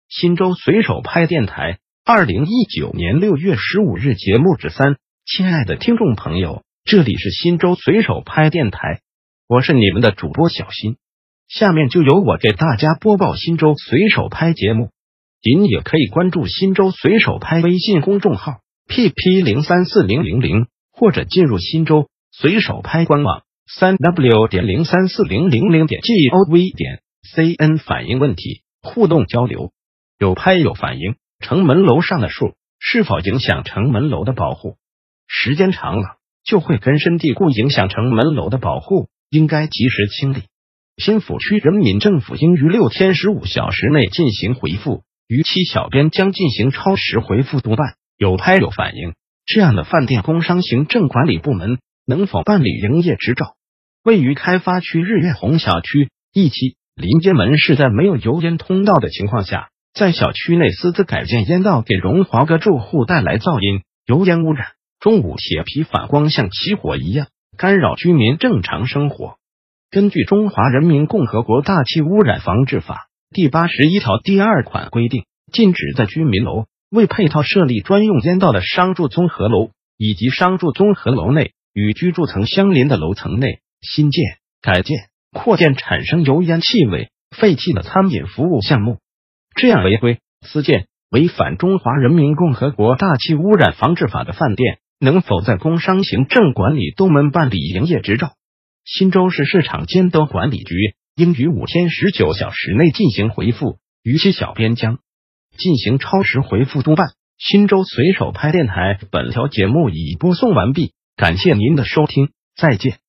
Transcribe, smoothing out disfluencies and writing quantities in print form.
新州随手拍电台2019年6月15日节目之3。亲爱的听众朋友，这里是新州随手拍电台，我是你们的主播小新。下面就由我给大家播报新州随手拍节目。您也可以关注新州随手拍微信公众号 pp034000，或者进入新州随手拍官网 3w.03400.gov.cn 反映问题，互动交流。有拍有反映，城门楼上的树是否影响城门楼的保护？时间长了就会根深蒂固，影响城门楼的保护，应该及时清理。新抚区人民政府应于6天15小时内进行回复，逾期小编将进行超时回复督办。有拍有反映，这样的饭店工商行政管理部门能否办理营业执照？位于开发区日月红小区一期临街门是在没有油烟通道的情况下，在小区内私自改建烟道，给荣华阁住户带来噪音、油烟污染。中午铁皮反光像起火一样，干扰居民正常生活。根据《中华人民共和国大气污染防治法》第81条第2款规定，禁止在居民楼未配套设立专用烟道的商住综合楼以及商住综合楼内与居住层相邻的楼层内新建、改建、扩建产生油烟气味、废气的餐饮服务项目。这样违规、私建、违反《中华人民共和国大气污染防治法》的饭店，能否在工商行政管理部门办理营业执照？新州市市场监督管理局应于5天19小时内进行回复，逾期小编将进行超时回复督办。新州随手拍电台本条节目已播送完毕，感谢您的收听，再见。